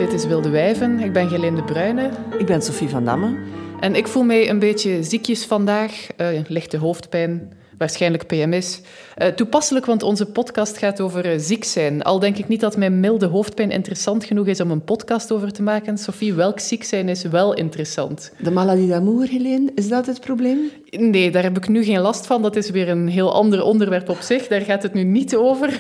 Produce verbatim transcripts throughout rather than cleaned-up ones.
Dit is Wilde Wijven. Ik ben Gelien de Bruyne. Ik ben Sophie van Damme. En ik voel mij een beetje ziekjes vandaag. Uh, lichte hoofdpijn, waarschijnlijk P M S. Uh, toepasselijk, want onze podcast gaat over uh, ziek zijn. Al denk ik niet dat mijn milde hoofdpijn interessant genoeg is om een podcast over te maken. Sophie, welk ziek zijn is wel interessant? De maladie d'amour, Helene, is dat het probleem? Nee, daar heb ik nu geen last van. Dat is weer een heel ander onderwerp op zich. Daar gaat het nu niet over.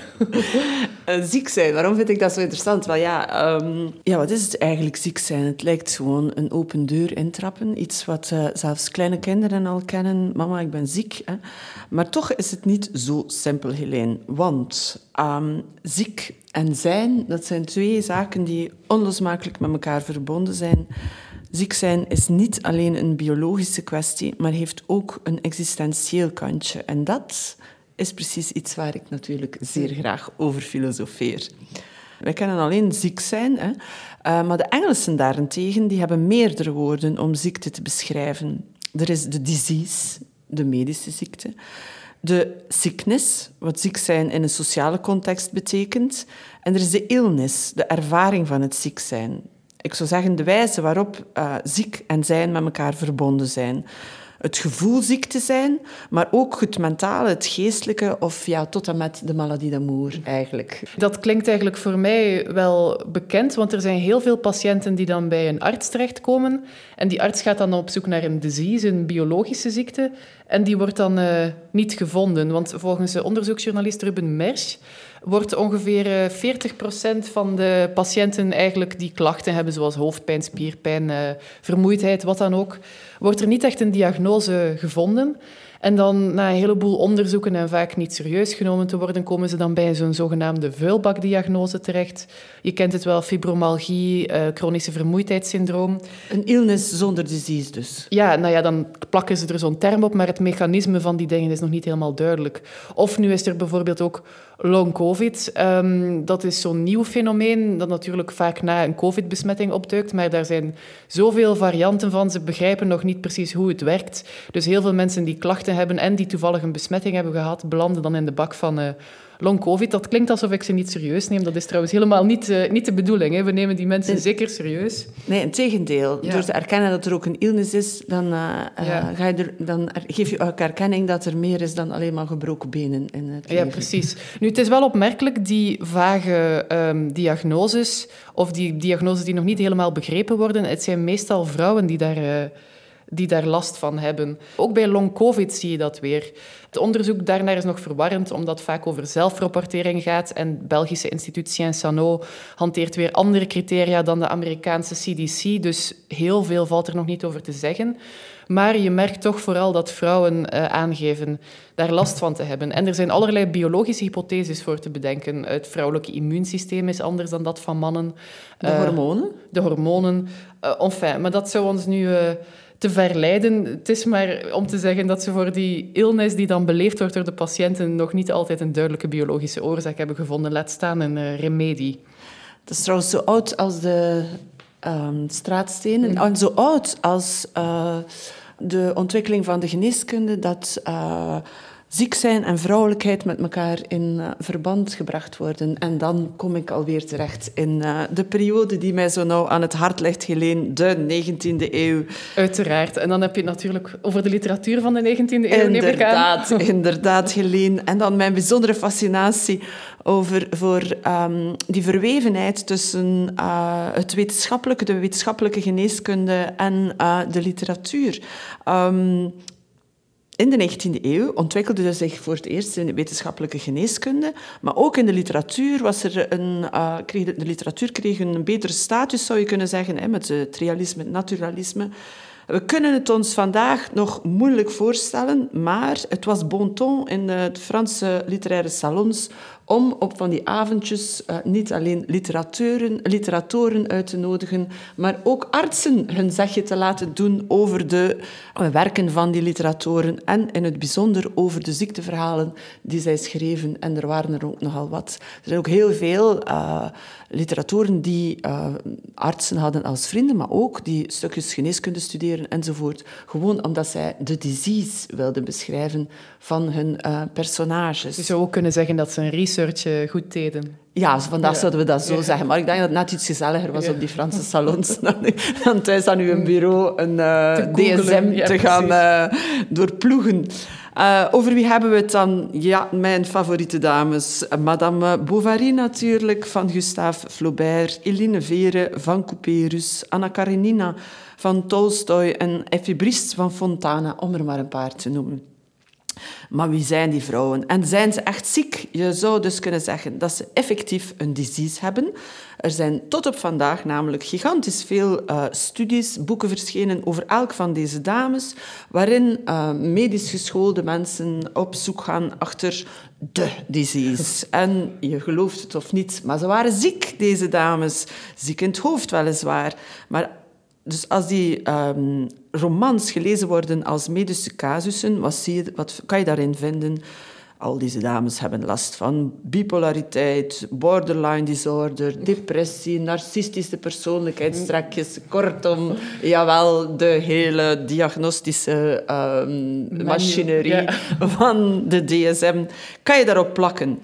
uh, ziek zijn, waarom vind ik dat zo interessant? Wel ja, um, ja, wat is het eigenlijk ziek zijn? Het lijkt gewoon een open deur intrappen. Iets wat uh, zelfs kleine kinderen al kennen. Mama, ik ben ziek. Hè? Maar toch is het niet zo simpel, Helene. Want um, ziek en zijn, dat zijn twee zaken die onlosmakelijk met elkaar verbonden zijn. Ziek zijn is niet alleen een biologische kwestie, maar heeft ook een existentieel kantje. En dat is precies iets waar ik natuurlijk zeer graag over filosofeer. Wij kennen alleen ziek zijn, hè? Uh, maar de Engelsen daarentegen die hebben meerdere woorden om ziekte te beschrijven. Er is de disease, de medische ziekte. De sickness, wat ziek zijn in een sociale context betekent. En er is de illness, de ervaring van het ziek zijn. Ik zou zeggen de wijze waarop uh, ziek en zijn met elkaar verbonden zijn. Het gevoel ziek te zijn, maar ook het mentale, het geestelijke of ja, tot en met de maladie d'amour eigenlijk. Dat klinkt eigenlijk voor mij wel bekend, want er zijn heel veel patiënten die dan bij een arts terechtkomen. En die arts gaat dan op zoek naar een disease, een biologische ziekte. En die wordt dan uh, niet gevonden, want volgens de onderzoeksjournalist Ruben Mersch wordt ongeveer veertig procent van de patiënten eigenlijk die klachten hebben, zoals hoofdpijn, spierpijn, uh, vermoeidheid, wat dan ook, wordt er niet echt een diagnose gevonden. En dan, na een heleboel onderzoeken en vaak niet serieus genomen te worden, komen ze dan bij zo'n zogenaamde vuilbakdiagnose terecht. Je kent het wel, fibromyalgie, uh, chronische vermoeidheidssyndroom. Een illness zonder disease dus. Ja, nou ja, dan plakken ze er zo'n term op, maar het mechanisme van die dingen is nog niet helemaal duidelijk. Of nu is er bijvoorbeeld ook long covid. Um, dat is zo'n nieuw fenomeen dat natuurlijk vaak na een covid-besmetting opduikt, maar daar zijn zoveel varianten van. Ze begrijpen nog niet precies hoe het werkt. Dus heel veel mensen die klachten hebben en die toevallig een besmetting hebben gehad, belanden dan in de bak van uh, long covid. Dat klinkt alsof ik ze niet serieus neem. Dat is trouwens helemaal niet, uh, niet de bedoeling. Hè. We nemen die mensen nee. zeker serieus. Nee, integendeel. Ja. Door te erkennen dat er ook een illness is, dan, uh, ja. uh, ga je er, dan geef je ook erkenning dat er meer is dan alleen maar gebroken benen in het leven. Ja, precies. Nu, het is wel opmerkelijk, die vage um, diagnoses, of die diagnoses die nog niet helemaal begrepen worden, het zijn meestal vrouwen die daar... Uh, die daar last van hebben. Ook bij long covid zie je dat weer. Het onderzoek daarnaar is nog verwarrend, omdat het vaak over zelfrapportering gaat. En het Belgische instituut Sciences Ano hanteert weer andere criteria dan de Amerikaanse C D C. Dus heel veel valt er nog niet over te zeggen. Maar je merkt toch vooral dat vrouwen uh, aangeven daar last van te hebben. En er zijn allerlei biologische hypotheses voor te bedenken. Het vrouwelijke immuunsysteem is anders dan dat van mannen. De uh, hormonen? De hormonen. Uh, enfin, maar dat zou ons nu... Uh, te verleiden. Het is maar om te zeggen dat ze voor die illness die dan beleefd wordt door de patiënten nog niet altijd een duidelijke biologische oorzaak hebben gevonden. Laat staan een uh, remedie. Dat is trouwens zo oud als de um, straatstenen. Mm. En zo oud als uh, de ontwikkeling van de geneeskunde, dat... Uh, ziek zijn en vrouwelijkheid met elkaar in uh, verband gebracht worden. En dan kom ik alweer terecht in uh, de periode die mij zo nauw aan het hart ligt, Helene, de negentiende eeuw. Uiteraard. En dan heb je het natuurlijk over de literatuur van de negentiende eeuw, neem ik aan. Inderdaad, inderdaad, Helene. En dan mijn bijzondere fascinatie over voor, um, die verwevenheid tussen uh, het wetenschappelijke, de wetenschappelijke geneeskunde en uh, de literatuur. Um, In de negentiende eeuw ontwikkelde zich voor het eerst in de wetenschappelijke geneeskunde, maar ook in de literatuur was er een, uh, kreeg de, de literatuur kreeg een betere status, zou je kunnen zeggen, hè, met het realisme, het naturalisme. We kunnen het ons vandaag nog moeilijk voorstellen, maar het was bon ton in de Franse literaire salons om op van die avondjes uh, niet alleen literatoren, literatoren uit te nodigen, maar ook artsen hun zegje te laten doen over de uh, werken van die literatoren en in het bijzonder over de ziekteverhalen die zij schreven. En er waren er ook nogal wat. Er zijn ook heel veel uh, literatoren die uh, artsen hadden als vrienden, maar ook die stukjes geneeskunde studeren enzovoort. Gewoon omdat zij de disease wilden beschrijven van hun uh, personages. Je zou ook kunnen zeggen dat ze een research research uh, goed deden. Ja, vandaag ja. zouden we dat zo ja. zeggen. Maar ik denk dat het net iets gezelliger was ja. op die Franse salons dan, dan thuis aan uw bureau een uh, D S M ja, te gaan uh, doorploegen. Uh, over wie hebben we het dan? Ja, mijn favoriete dames. Madame Bovary natuurlijk, van Gustave Flaubert. Eline Vere van Couperus. Anna Karenina van Tolstoy. En Effie Briest van Fontana, om er maar een paar te noemen. Maar wie zijn die vrouwen? En zijn ze echt ziek? Je zou dus kunnen zeggen dat ze effectief een disease hebben. Er zijn tot op vandaag namelijk gigantisch veel uh, studies, boeken verschenen over elk van deze dames, waarin uh, medisch geschoolde mensen op zoek gaan achter de disease. En je gelooft het of niet, maar ze waren ziek, deze dames. Ziek in het hoofd weliswaar, maar... Dus als die um, romans gelezen worden als medische casussen, wat, zie je, wat kan je daarin vinden? Al deze dames hebben last van bipolariteit, borderline disorder, depressie, narcistische persoonlijkheidstrekjes. Kortom, jawel, de hele diagnostische um, machinerie ja. van de D S M kan je daarop plakken.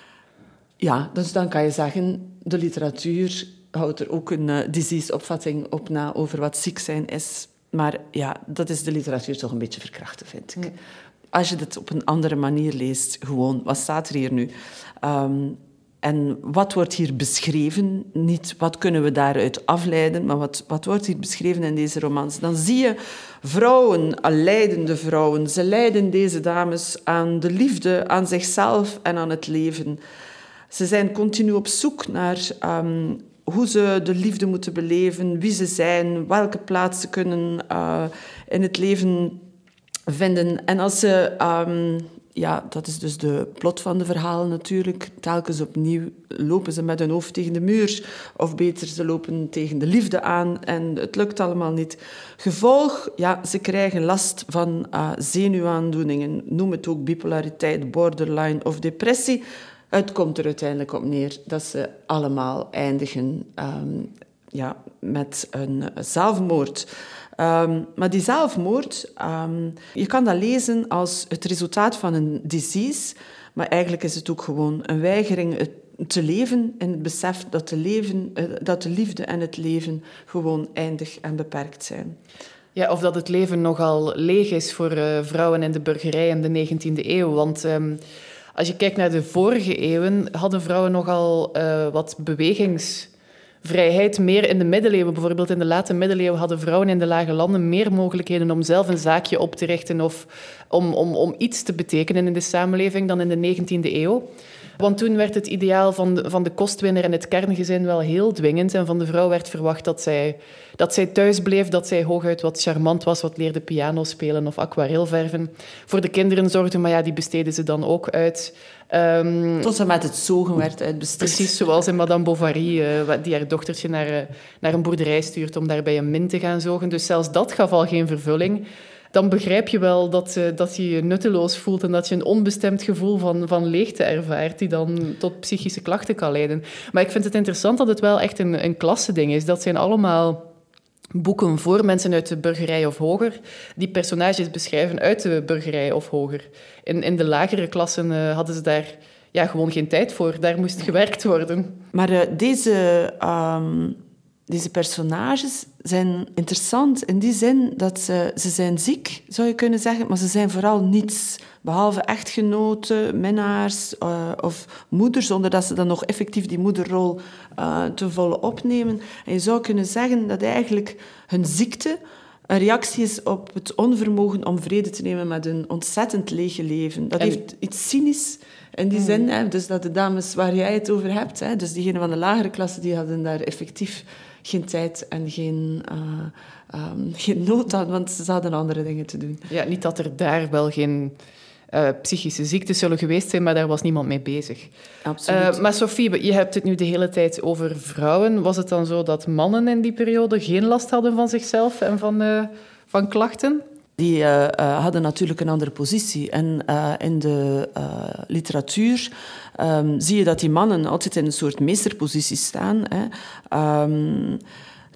Ja, dus dan kan je zeggen, de literatuur houdt er ook een uh, disease-opvatting op na over wat ziek zijn is. Maar ja, dat is de literatuur toch een beetje verkrachten, vind ik. Ja. Als je het op een andere manier leest, gewoon, wat staat er hier nu? Um, en wat wordt hier beschreven? Niet wat kunnen we daaruit afleiden, maar wat, wat wordt hier beschreven in deze romans? Dan zie je vrouwen, lijdende vrouwen. Ze lijden, deze dames, aan de liefde, aan zichzelf en aan het leven. Ze zijn continu op zoek naar... Um, hoe ze de liefde moeten beleven, wie ze zijn, welke plaats ze kunnen uh, in het leven vinden. En als ze... Um, ja, dat is dus de plot van de verhalen natuurlijk. Telkens opnieuw lopen ze met hun hoofd tegen de muur. Of beter, ze lopen tegen de liefde aan en het lukt allemaal niet. Gevolg, ja, ze krijgen last van uh, zenuwaandoeningen. Noem het ook bipolariteit, borderline of depressie. Het komt er uiteindelijk op neer dat ze allemaal eindigen um, ja, met een zelfmoord. Um, maar die zelfmoord, um, je kan dat lezen als het resultaat van een disease, maar eigenlijk is het ook gewoon een weigering te leven in het besef dat de, leven, dat de liefde en het leven gewoon eindig en beperkt zijn. Ja, of dat het leven nogal leeg is voor uh, vrouwen in de burgerij in de negentiende eeuw, want... Um, Als je kijkt naar de vorige eeuwen, hadden vrouwen nogal uh, wat bewegingsvrijheid. Meer in de middeleeuwen, bijvoorbeeld in de late middeleeuwen, hadden vrouwen in de lage landen meer mogelijkheden om zelf een zaakje op te richten of om, om, om iets te betekenen in de samenleving dan in de negentiende eeuw. Want toen werd het ideaal van de, van de kostwinner en het kerngezin wel heel dwingend. En van de vrouw werd verwacht dat zij, dat zij thuis bleef, dat zij hooguit wat charmant was, wat leerde piano spelen of aquarelverven. Voor de kinderen zorgde, maar ja, die besteden ze dan ook uit. Um, Tot ze met het zogen werd uitbesteed. Precies, zoals in Madame Bovary, uh, die haar dochtertje naar, uh, naar een boerderij stuurt om daar bij een min te gaan zogen. Dus zelfs dat gaf al geen vervulling. Dan begrijp je wel dat, uh, dat je je nutteloos voelt en dat je een onbestemd gevoel van, van leegte ervaart die dan tot psychische klachten kan leiden. Maar ik vind het interessant dat het wel echt een, een klassending is. Dat zijn allemaal boeken voor mensen uit de burgerij of hoger die personages beschrijven uit de burgerij of hoger. In, in de lagere klassen uh, hadden ze daar ja, gewoon geen tijd voor. Daar moest gewerkt worden. Maar uh, deze... Um... Deze personages zijn interessant in die zin dat ze, ze zijn ziek, zou je kunnen zeggen, maar ze zijn vooral niets, behalve echtgenoten, minnaars uh, of moeders, zonder dat ze dan nog effectief die moederrol uh, te volle opnemen. En je zou kunnen zeggen dat eigenlijk hun ziekte een reactie is op het onvermogen om vrede te nemen met een ontzettend lege leven. Dat en... heeft iets cynisch in die mm. zin, hè, dus dat de dames waar jij het over hebt, hè, dus diegenen van de lagere klasse, die hadden daar effectief geen tijd en geen, uh, um, geen nood aan, want ze hadden andere dingen te doen. Ja, niet dat er daar wel geen uh, psychische ziektes zullen geweest zijn, maar daar was niemand mee bezig. Absoluut. Uh, maar Sophie, je hebt het nu de hele tijd over vrouwen. Was het dan zo dat mannen in die periode geen last hadden van zichzelf en van, uh, van klachten? Die uh, uh, hadden natuurlijk een andere positie. En uh, in de uh, literatuur um, zie je dat die mannen altijd in een soort meesterpositie staan. Hè. Um,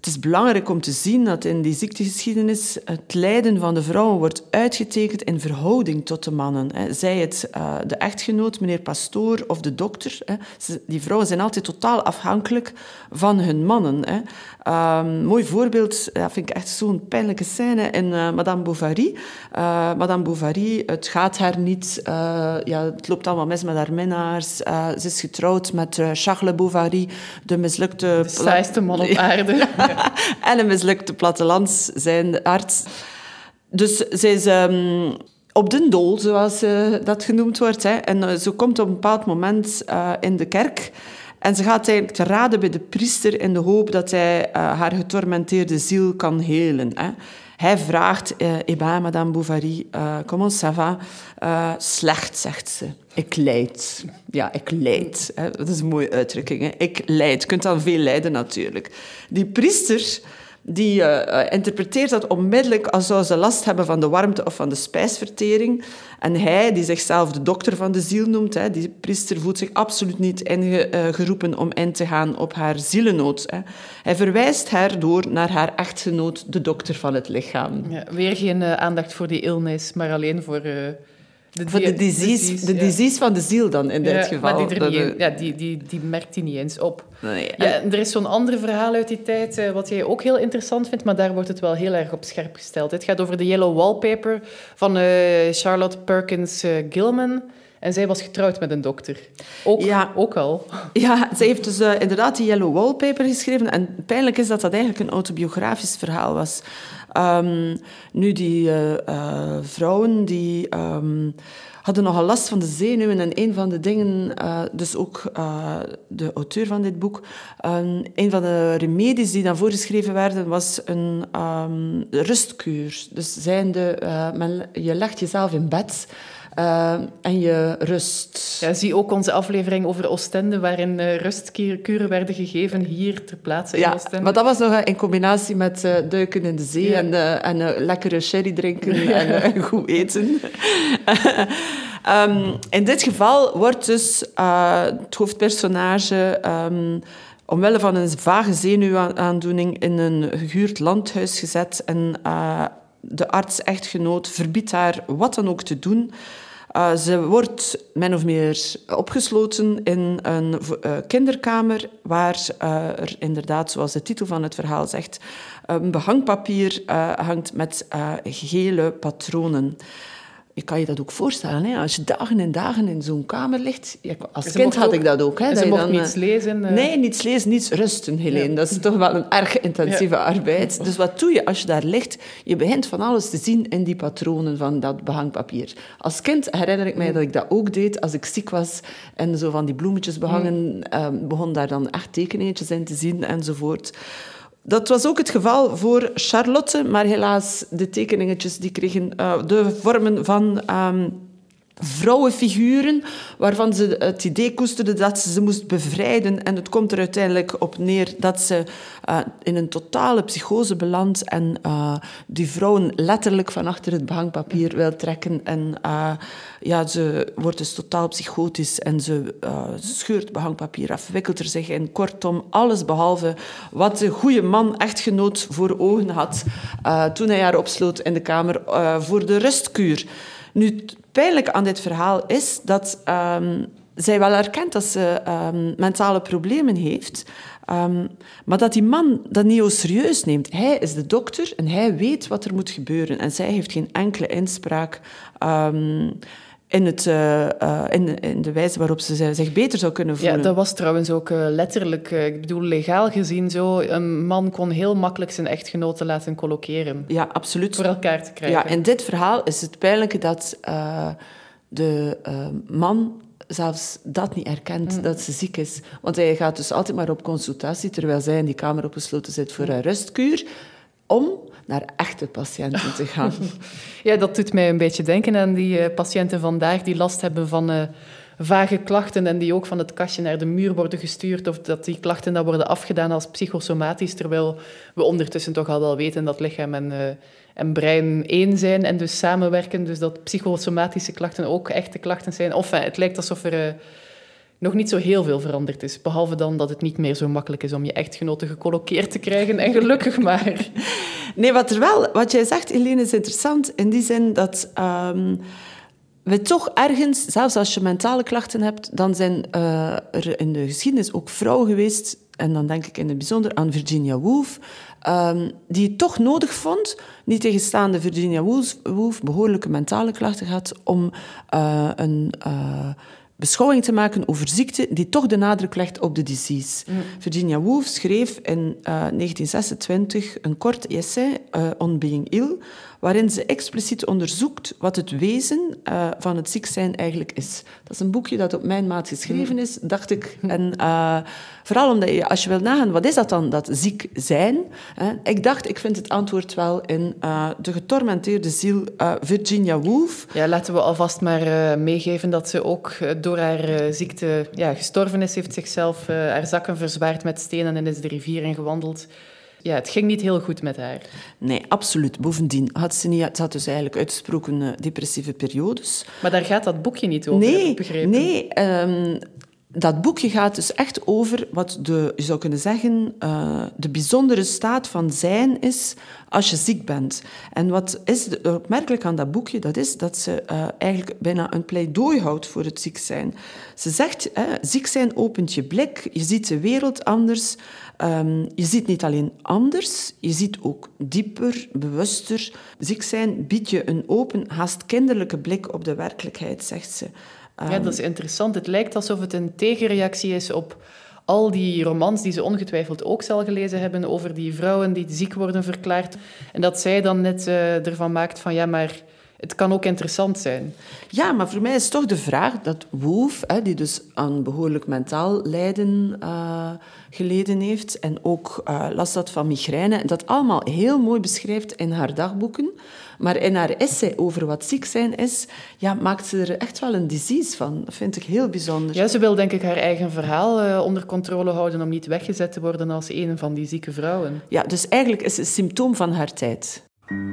Het is belangrijk om te zien dat in die ziektegeschiedenis het lijden van de vrouwen wordt uitgetekend in verhouding tot de mannen. Zij het uh, de echtgenoot, meneer Pastoor, of de dokter. Hè. Die vrouwen zijn altijd totaal afhankelijk van hun mannen. Hè. Um, mooi voorbeeld, dat vind ik echt zo'n pijnlijke scène in uh, Madame Bovary. Uh, Madame Bovary, het gaat haar niet, uh, ja, het loopt allemaal mis met haar minnaars. Uh, ze is getrouwd met uh, Charles Bovary, de mislukte... De saaiste man op aarde. Ja. En een mislukte plattelands zijn arts. Dus zij is um, op den dool, zoals uh, dat genoemd wordt. Hè. En uh, ze komt op een bepaald moment uh, in de kerk. En ze gaat eigenlijk te raden bij de priester in de hoop dat hij uh, haar getormenteerde ziel kan helen. Hè. Hij vraagt, uh, eh ben, madame Bovary, uh, comment ça va? Uh, slecht, zegt ze. Ik lijd. Ja, ik lijd. Hè. Dat is een mooie uitdrukking. Hè. Ik lijd. Je kunt dan veel lijden, natuurlijk. Die priester... die uh, interpreteert dat onmiddellijk als zou ze last hebben van de warmte of van de spijsvertering. En hij, die zichzelf de dokter van de ziel noemt, hè, die priester voelt zich absoluut niet ingeroepen om in te gaan op haar zielenood. Hè. Hij verwijst haar door naar haar echtgenoot, de dokter van het lichaam. Ja, weer geen uh, aandacht voor die illness, maar alleen voor... Uh... De, voor de disease, disease, de ja. disease van de ziel dan, in ja, dit geval. Maar die, er niet, ja, die, die, die merkt hij niet eens op. Nee, ja, en er is zo'n ander verhaal uit die tijd, uh, wat jij ook heel interessant vindt, maar daar wordt het wel heel erg op scherp gesteld. Het gaat over de Yellow Wallpaper van uh, Charlotte Perkins uh, Gilman. En zij was getrouwd met een dokter. Ook, ja. ook al. Ja, zij heeft dus uh, inderdaad die Yellow Wallpaper geschreven. En pijnlijk is dat dat eigenlijk een autobiografisch verhaal was. Um, nu, die uh, uh, vrouwen die um, hadden nogal last van de zenuwen. En een van de dingen, uh, dus ook uh, de auteur van dit boek, um, een van de remedies die dan voorgeschreven werden, was een um, rustkuur. Dus zijnde, uh, men, je legt jezelf in bed... Uh, en je rust. Ja, zie ook onze aflevering over Oostende, waarin uh, rustkuren werden gegeven hier ter plaatse in ja, Oostende. Maar dat was nog in combinatie met uh, duiken in de zee ja. en, uh, en uh, lekkere sherry drinken ja. en uh, goed eten. um, in dit geval wordt dus uh, het hoofdpersonage... Um, omwille van een vage zenuwaandoening in een gehuurd landhuis gezet en... Uh, de arts-echtgenoot verbiedt haar wat dan ook te doen. Uh, ze wordt min of meer opgesloten in een uh, kinderkamer waar uh, er inderdaad, zoals de titel van het verhaal zegt, een behangpapier uh, hangt met uh, gele patronen. Je kan je dat ook voorstellen, hè? Als je dagen en dagen in zo'n kamer ligt. Ja, als kind had ook, ik dat ook. Hè? En dat ze je mocht dan, niets lezen? Uh... Nee, niets lezen, niets rusten, Helene. Ja. Dat is toch wel een erg intensieve ja. arbeid. Dus wat doe je als je daar ligt? Je begint van alles te zien in die patronen van dat behangpapier. Als kind herinner ik mij mm. dat ik dat ook deed als ik ziek was en zo van die bloemetjes behangen, mm. um, begon daar dan echt tekeningetjes in te zien enzovoort. Dat was ook het geval voor Charlotte, maar helaas, de tekeningetjes die kregen uh, de vormen van um, vrouwenfiguren, waarvan ze het idee koesterde dat ze ze moest bevrijden. En het komt er uiteindelijk op neer dat ze uh, in een totale psychose belandt en uh, die vrouwen letterlijk van achter het behangpapier wil trekken. En uh, ja, ze wordt dus totaal psychotisch en ze uh, scheurt behangpapier af, wikkelt er zich in. Kortom, alles behalve wat de goede man, echtgenoot, voor ogen had uh, toen hij haar opsloot in de kamer uh, voor de rustkuur. Nu, het pijnlijke aan dit verhaal is dat um, zij wel erkent dat ze um, mentale problemen heeft, um, maar dat die man dat niet zo serieus neemt. Hij is de dokter en hij weet wat er moet gebeuren. En zij heeft geen enkele inspraak um, in, het, uh, uh, in, in de wijze waarop ze zich beter zou kunnen voelen. Ja, dat was trouwens ook uh, letterlijk, uh, ik bedoel, legaal gezien zo. Een man kon heel makkelijk zijn echtgenote laten colloceren. Ja, absoluut. Voor elkaar te krijgen. Ja, in dit verhaal is het pijnlijke dat uh, de uh, man zelfs dat niet erkent, mm. dat ze ziek is. Want hij gaat dus altijd maar op consultatie, terwijl zij in die kamer opgesloten zit voor een rustkuur, om naar echte patiënten te gaan. Ja, dat doet mij een beetje denken aan die uh, patiënten vandaag die last hebben van uh, vage klachten en die ook van het kastje naar de muur worden gestuurd of dat die klachten dan worden afgedaan als psychosomatisch, terwijl we ondertussen toch al wel weten dat lichaam en, uh, en brein één zijn en dus samenwerken, dus dat psychosomatische klachten ook echte klachten zijn. Of uh, het lijkt alsof er... Uh, nog niet zo heel veel veranderd is. Behalve dan dat het niet meer zo makkelijk is om je echtgenote gecolloqueerd te krijgen. En gelukkig maar. Nee, wat, er wel, wat jij zegt, Helene, is interessant. In die zin dat um, we toch ergens, zelfs als je mentale klachten hebt, dan zijn uh, er in de geschiedenis ook vrouwen geweest, en dan denk ik in het bijzonder aan Virginia Woolf, um, die het toch nodig vond, niet tegenstaande Virginia Woolf, Woolf behoorlijke mentale klachten had, om uh, een... Uh, beschouwing te maken over ziekte die toch de nadruk legt op de disease. Mm. Virginia Woolf schreef in uh, negentien zesentwintig een kort essay, uh, On Being Ill, waarin ze expliciet onderzoekt wat het wezen uh, van het ziek zijn eigenlijk is. Dat is een boekje dat op mijn maat geschreven is, dacht ik. En uh, vooral omdat je, als je wilt nagaan, wat is dat dan, dat ziek zijn? Hè? Ik dacht, ik vind het antwoord wel in uh, De getormenteerde ziel, uh, Virginia Woolf. Ja, laten we alvast maar uh, meegeven dat ze ook uh, door haar uh, ziekte ja, gestorven is, heeft zichzelf uh, haar zakken verzwaard met stenen en is de rivier ingewandeld. Ja, het ging niet heel goed met haar. Nee, absoluut. Bovendien had ze niet... Ze had dus eigenlijk uitgesproken uh, depressieve periodes. Maar daar gaat dat boekje niet over, nee, heb ik begrepen. Nee, um, dat boekje gaat dus echt over wat de, je zou kunnen zeggen, uh, de bijzondere staat van zijn is als je ziek bent. En wat is de, opmerkelijk aan dat boekje, dat is dat ze uh, eigenlijk bijna een pleidooi houdt voor het ziek zijn. Ze zegt, eh, ziek zijn opent je blik, je ziet de wereld anders. Um, je ziet niet alleen anders, je ziet ook dieper, bewuster. Ziek zijn biedt je een open, haast kinderlijke blik op de werkelijkheid, zegt ze. Ja, dat is interessant. Het lijkt alsof het een tegenreactie is op al die romans die ze ongetwijfeld ook zal gelezen hebben over die vrouwen die ziek worden verklaard. En dat zij dan net uh, ervan maakt van ja, maar het kan ook interessant zijn. Ja, maar voor mij is toch de vraag dat Woolf, hè, die dus aan behoorlijk mentaal lijden uh, geleden heeft en ook uh, last had van migraine, dat allemaal heel mooi beschrijft in haar dagboeken. Maar in haar essay over wat ziek zijn is, ja, maakt ze er echt wel een disease van. Dat vind ik heel bijzonder. Ja, ze wil denk ik haar eigen verhaal uh, onder controle houden om niet weggezet te worden als een van die zieke vrouwen. Ja, dus eigenlijk is het een symptoom van haar tijd.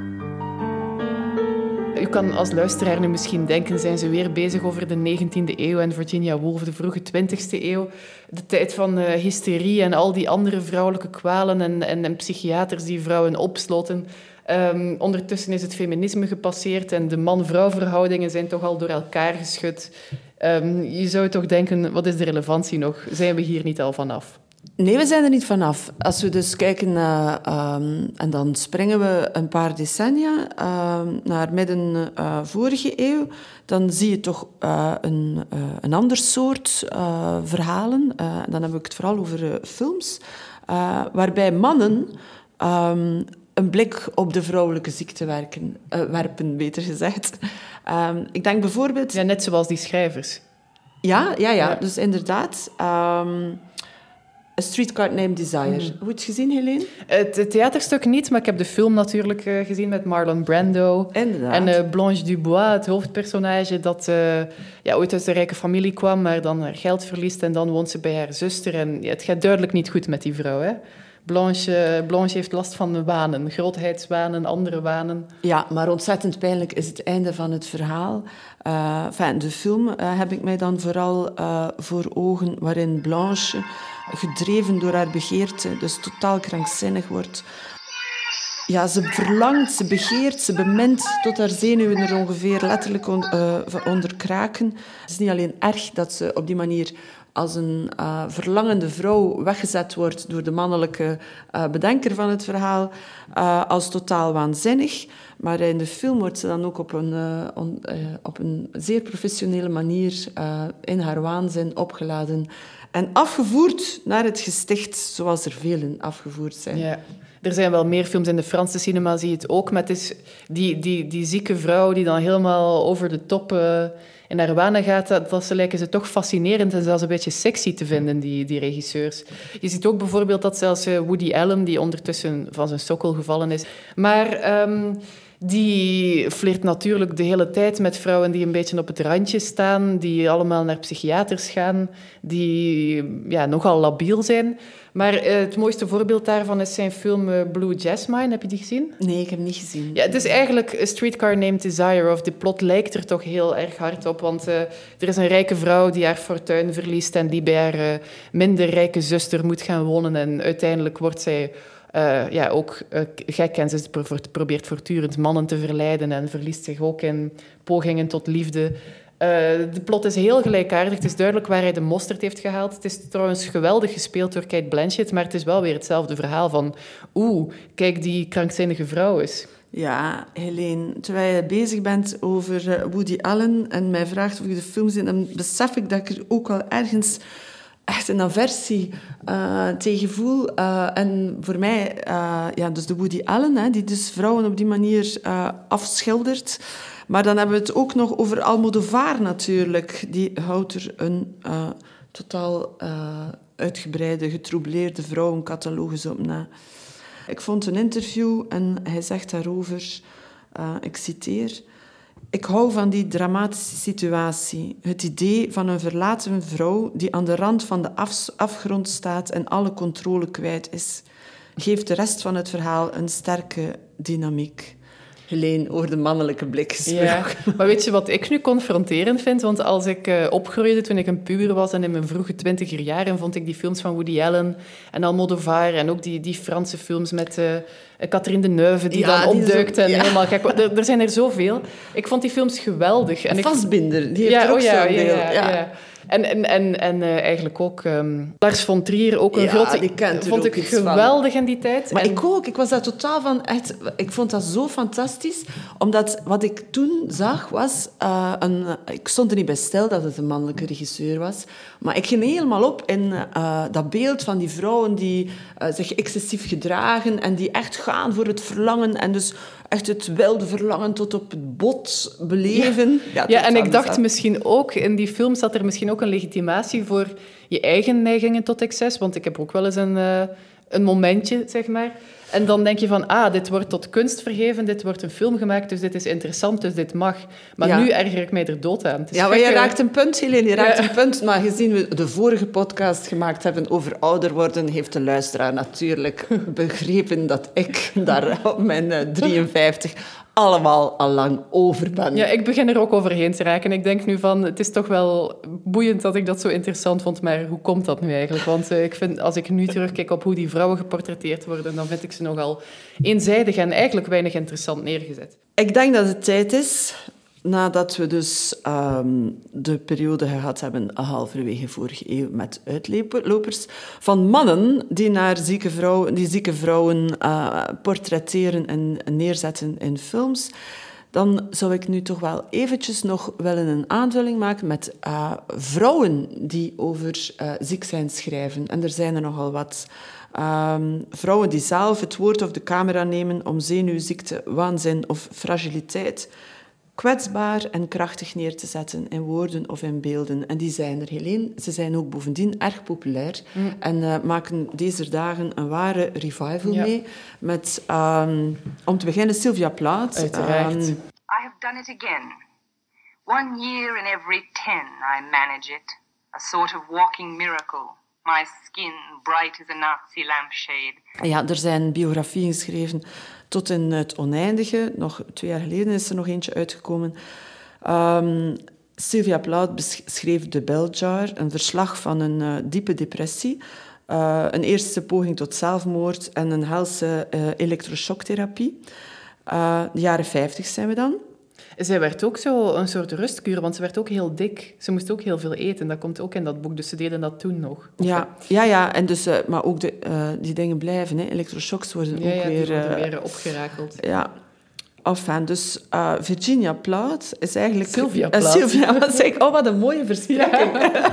U kan als luisteraar nu misschien denken, zijn ze weer bezig over de negentiende eeuw en Virginia Woolf de vroege twintigste eeuw. De tijd van uh, hysterie en al die andere vrouwelijke kwalen en, en, en psychiaters die vrouwen opsloten. Um, ondertussen is het feminisme gepasseerd en de man-vrouw verhoudingen zijn toch al door elkaar geschud. Um, je zou toch denken, wat is de relevantie nog? Zijn we hier niet al vanaf? Nee, we zijn er niet vanaf. Als we dus kijken naar... Um, en dan springen we een paar decennia um, naar midden uh, vorige eeuw, dan zie je toch uh, een, uh, een ander soort uh, verhalen. Uh, dan heb ik het vooral over uh, films, uh, waarbij mannen... Um, een blik op de vrouwelijke ziekte werken, uh, werpen, beter gezegd. Um, ik denk bijvoorbeeld... Ja, net zoals die schrijvers. Ja, ja, ja. Dus inderdaad... Um, A Streetcar Named Desire. Mm. Heb je het gezien, Helene? Het, het theaterstuk niet, maar ik heb de film natuurlijk uh, gezien met Marlon Brando. Inderdaad. En uh, Blanche Dubois, het hoofdpersonage, dat uh, ja, ooit uit een rijke familie kwam, maar dan haar geld verliest en dan woont ze bij haar zuster. En ja, het gaat duidelijk niet goed met die vrouw, hè? Blanche, Blanche heeft last van wanen, grootheidswanen, andere wanen. Ja, maar ontzettend pijnlijk is het einde van het verhaal. Uh, enfin, de film uh, heb ik mij dan vooral uh, voor ogen, waarin Blanche, gedreven door haar begeerte, dus totaal krankzinnig wordt. Ja, ze verlangt, ze begeert, ze bemint tot haar zenuwen er ongeveer letterlijk on, uh, onder kraken. Het is niet alleen erg dat ze op die manier als een uh, verlangende vrouw weggezet wordt door de mannelijke uh, bedenker van het verhaal, uh, als totaal waanzinnig. Maar in de film wordt ze dan ook op een, uh, on, uh, op een zeer professionele manier uh, in haar waanzin opgeladen en afgevoerd naar het gesticht, zoals er velen afgevoerd zijn. Ja. Er zijn wel meer films in de Franse cinema, zie je het ook. Maar het is die, die, die zieke vrouw die dan helemaal over de top uh, in haar wanen gaat, dat, dat ze lijken ze toch fascinerend en zelfs een beetje sexy te vinden, die, die regisseurs. Je ziet ook bijvoorbeeld dat zelfs Woody Allen, die ondertussen van zijn sokkel gevallen is. Maar um, Die flirt natuurlijk de hele tijd met vrouwen die een beetje op het randje staan, die allemaal naar psychiaters gaan, die ja, nogal labiel zijn. Maar uh, het mooiste voorbeeld daarvan is zijn film uh, Blue Jasmine. Heb je die gezien? Nee, ik heb hem niet gezien. Ja, het is eigenlijk A Streetcar Named Desire, of de plot lijkt er toch heel erg hard op, want uh, er is een rijke vrouw die haar fortuin verliest en die bij haar uh, minder rijke zuster moet gaan wonen en uiteindelijk wordt zij Uh, ja, ook uh, gek en ze probeert voortdurend mannen te verleiden en verliest zich ook in pogingen tot liefde. Uh, de plot is heel gelijkaardig. Het is duidelijk waar hij de mosterd heeft gehaald. Het is trouwens geweldig gespeeld door Cate Blanchett, maar het is wel weer hetzelfde verhaal van oeh, kijk die krankzinnige vrouw eens. Ja, Helene, terwijl je bezig bent over Woody Allen en mij vraagt of ik de film zie, dan besef ik dat ik er ook wel ergens echt een aversie uh, tegen voel. Uh, en voor mij, uh, ja, dus de Woody Allen, hè, die dus vrouwen op die manier uh, afschildert. Maar dan hebben we het ook nog over Almodovar natuurlijk. Die houdt er een uh, totaal uh, uitgebreide, getroubleerde vrouwencatalogus op na. Ik vond een interview en hij zegt daarover, uh, ik citeer: ik hou van die dramatische situatie. Het idee van een verlaten vrouw die aan de rand van de af- afgrond staat en alle controle kwijt is, geeft de rest van het verhaal een sterke dynamiek. Helene, over de mannelijke blik gesproken. Ja, maar weet je wat ik nu confronterend vind? Want als ik uh, opgroeide toen ik een puber was en in mijn vroege twintiger jaren, vond ik die films van Woody Allen en Almodovar en ook die, die Franse films met uh, Catherine Deneuve die ja, dan die opduikt zo, en ja. helemaal gek. Er, er zijn er zoveel. Ik vond die films geweldig. En Vastbinder, die heeft ja, er ook oh ja, zo'n deel. Ja, ja, ja. En, en, en, en uh, eigenlijk ook um, Lars von Trier, ook een ja, grote... die kent er vond ook ik geweldig van. In die tijd. Maar en... ik ook. Ik was daar totaal van... Echt, ik vond dat zo fantastisch. Omdat wat ik toen zag was... Uh, een, ik stond er niet bij stil dat het een mannelijke regisseur was. Maar ik ging helemaal op in uh, dat beeld van die vrouwen die uh, zich excessief gedragen en die echt gaan voor het verlangen en dus echt het wilde verlangen tot op het bot beleven. Ja, ja, ja en ik dacht dat. misschien ook, in die film zat er misschien ook een legitimatie voor je eigen neigingen tot excess, want ik heb ook wel eens een, uh, een momentje, zeg maar. En dan denk je van, ah, dit wordt tot kunst verheven, dit wordt een film gemaakt, dus dit is interessant, dus dit mag. Maar ja. nu erger ik mij er dood aan. Het is ja, maar je raakt een punt, Helene, je raakt ja. een punt. Maar gezien we de vorige podcast gemaakt hebben over ouder worden, heeft de luisteraar natuurlijk begrepen dat ik daar op mijn uh, drieënvijftig allemaal al lang over ben. Ja, ik begin er ook overheen te raken. Ik denk nu van, het is toch wel boeiend dat ik dat zo interessant vond, maar hoe komt dat nu eigenlijk? Want uh, ik vind, als ik nu terugkijk op hoe die vrouwen geportretteerd worden, dan vind ik ze nogal eenzijdig en eigenlijk weinig interessant neergezet. Ik denk dat het tijd is, nadat we dus um, de periode gehad hebben, halverwege vorige eeuw, met uitlopers, van mannen die naar zieke vrouwen, die zieke vrouwen uh, portretteren en neerzetten in films, dan zou ik nu toch wel eventjes nog willen een aanvulling maken met uh, vrouwen die over uh, ziek zijn schrijven. En er zijn er nogal wat. Um, vrouwen die zelf het woord of de camera nemen om zenuwziekte, waanzin of fragiliteit kwetsbaar en krachtig neer te zetten in woorden of in beelden. En die zijn er, Helene. Ze zijn ook bovendien erg populair mm. en uh, maken deze dagen een ware revival ja. mee. Met, um, om te beginnen, Sylvia Plath. Uiteraard. Um, I have done it again. One year in every ten I manage it. A sort of walking miracle. My skin bright as a Nazi lampshade. Ja, er zijn biografieën geschreven tot in het oneindige. Nog twee jaar geleden is er nog eentje uitgekomen. Um, Sylvia Plath schreef The Bell Jar, een verslag van een uh, diepe depressie, uh, een eerste poging tot zelfmoord en een helse uh, elektroshocktherapie. Uh, de jaren vijftig zijn we dan. Zij werd ook zo een soort rustkuur, want ze werd ook heel dik. Ze moest ook heel veel eten, dat komt ook in dat boek. Dus ze deden dat toen nog. Ja, ja, ja en dus, uh, maar ook de, uh, die dingen blijven. Hè. Elektroshocks worden ja, ook ja, weer... Die worden uh, weer opgerakeld. Ja, enfin, dus uh, Virginia Plath is eigenlijk... Sylvia Plath. Uh, Sylvia, wat zeg ik? Oh, wat een mooie verspreking.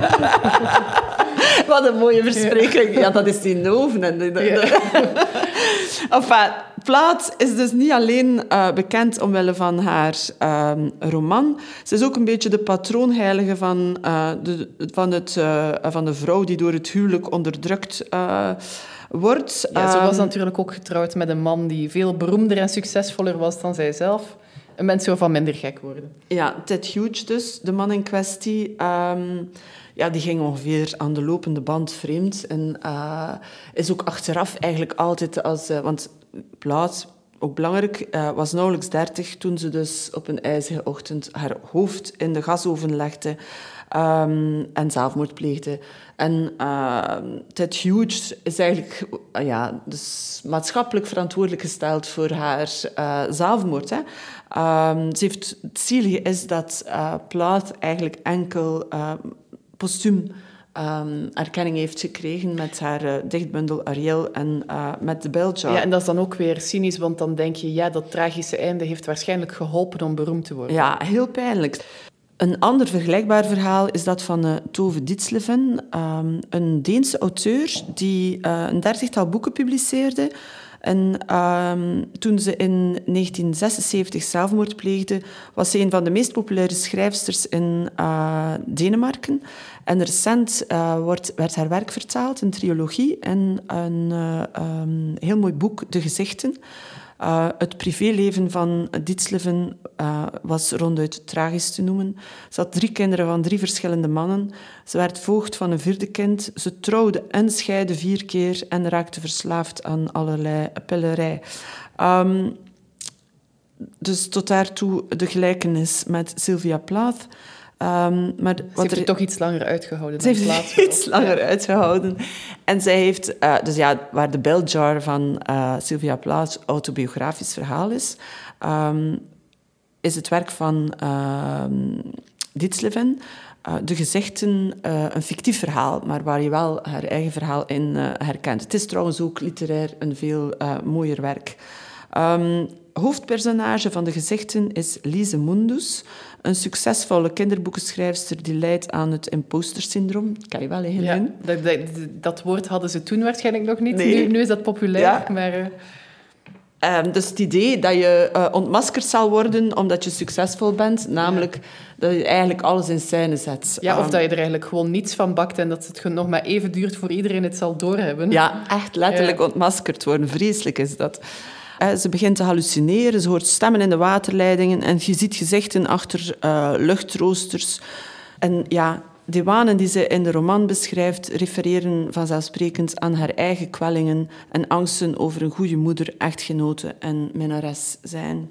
Ja. Wat een mooie verspreking. Ja, ja dat is die noven. En de, de, ja. Enfin, Plath is dus niet alleen uh, bekend omwille van haar uh, roman. Ze is ook een beetje de patroonheilige van, uh, de, van, het, uh, van de vrouw die door het huwelijk onderdrukt uh, wordt. Ja, ze was um, natuurlijk ook getrouwd met een man die veel beroemder en succesvoller was dan zijzelf. En mensen zou van minder gek worden. Ja, Ted Hughes dus, de man in kwestie. Um, ja, die ging ongeveer aan de lopende band vreemd. En uh, is ook achteraf eigenlijk altijd als... Uh, want Plath, ook belangrijk, uh, was nauwelijks dertig toen ze dus op een ijzige ochtend haar hoofd in de gasoven legde um, en zelfmoord pleegde. En uh, Ted Hughes is eigenlijk uh, ja, dus maatschappelijk verantwoordelijk gesteld voor haar uh, zelfmoord. Hè. Um, ze heeft, het zielige is dat uh, Plath eigenlijk enkel uh, postuum Um, erkenning heeft gekregen met haar uh, dichtbundel Ariel en uh, met de Bell Jar. Ja, en dat is dan ook weer cynisch, want dan denk je, ja, dat tragische einde heeft waarschijnlijk geholpen om beroemd te worden. Ja, heel pijnlijk. Een ander vergelijkbaar verhaal is dat van uh, Tove Ditlevsen, um, een Deense auteur die uh, een dertigtal boeken publiceerde. En um, toen ze in negentien zesenzeventig zelfmoord pleegde, was ze een van de meest populaire schrijfsters in uh, Denemarken. En recent uh, wordt, werd haar werk vertaald, een trilogie en een uh, um, heel mooi boek, De Gezichten. Uh, het privéleven van Ditlevsen uh, was ronduit tragisch te noemen. Ze had drie kinderen van drie verschillende mannen. Ze werd voogd van een vierde kind. Ze trouwde en scheidde vier keer en raakte verslaafd aan allerlei pillerij. Um, dus tot daartoe de gelijkenis met Sylvia Plath. Um, maar ze wat heeft er het toch iets langer uitgehouden. Ze heeft het iets langer ja. uitgehouden. En zij heeft... Uh, dus ja, waar de Bell Jar van uh, Sylvia Plath autobiografisch verhaal is, um, is het werk van uh, Ditlevsen, uh, De Gezichten, uh, een fictief verhaal, maar waar je wel haar eigen verhaal in uh, herkent. Het is trouwens ook literair een veel uh, mooier werk. Um, hoofdpersonage van De Gezichten is Lise Mundus, een succesvolle kinderboekenschrijfster die lijdt aan het imposter-syndroom. Ken je wel, hè, ja, dat, dat, dat woord hadden ze toen waarschijnlijk nog niet. Nee. Nu, nu is dat populair, ja. maar... Uh... Um, dus het idee dat je uh, ontmaskerd zal worden omdat je succesvol bent, namelijk ja. dat je eigenlijk alles in scène zet. Ja, of um, dat je er eigenlijk gewoon niets van bakt en dat het nog maar even duurt voor iedereen het zal doorhebben. Ja, echt letterlijk ja. ontmaskerd worden. Vreselijk is dat. Uh, ze begint te hallucineren, ze hoort stemmen in de waterleidingen en je ziet gezichten achter uh, luchtroosters. En ja, de wanen die ze in de roman beschrijft, refereren vanzelfsprekend aan haar eigen kwellingen en angsten over een goede moeder, echtgenote en minnares zijn.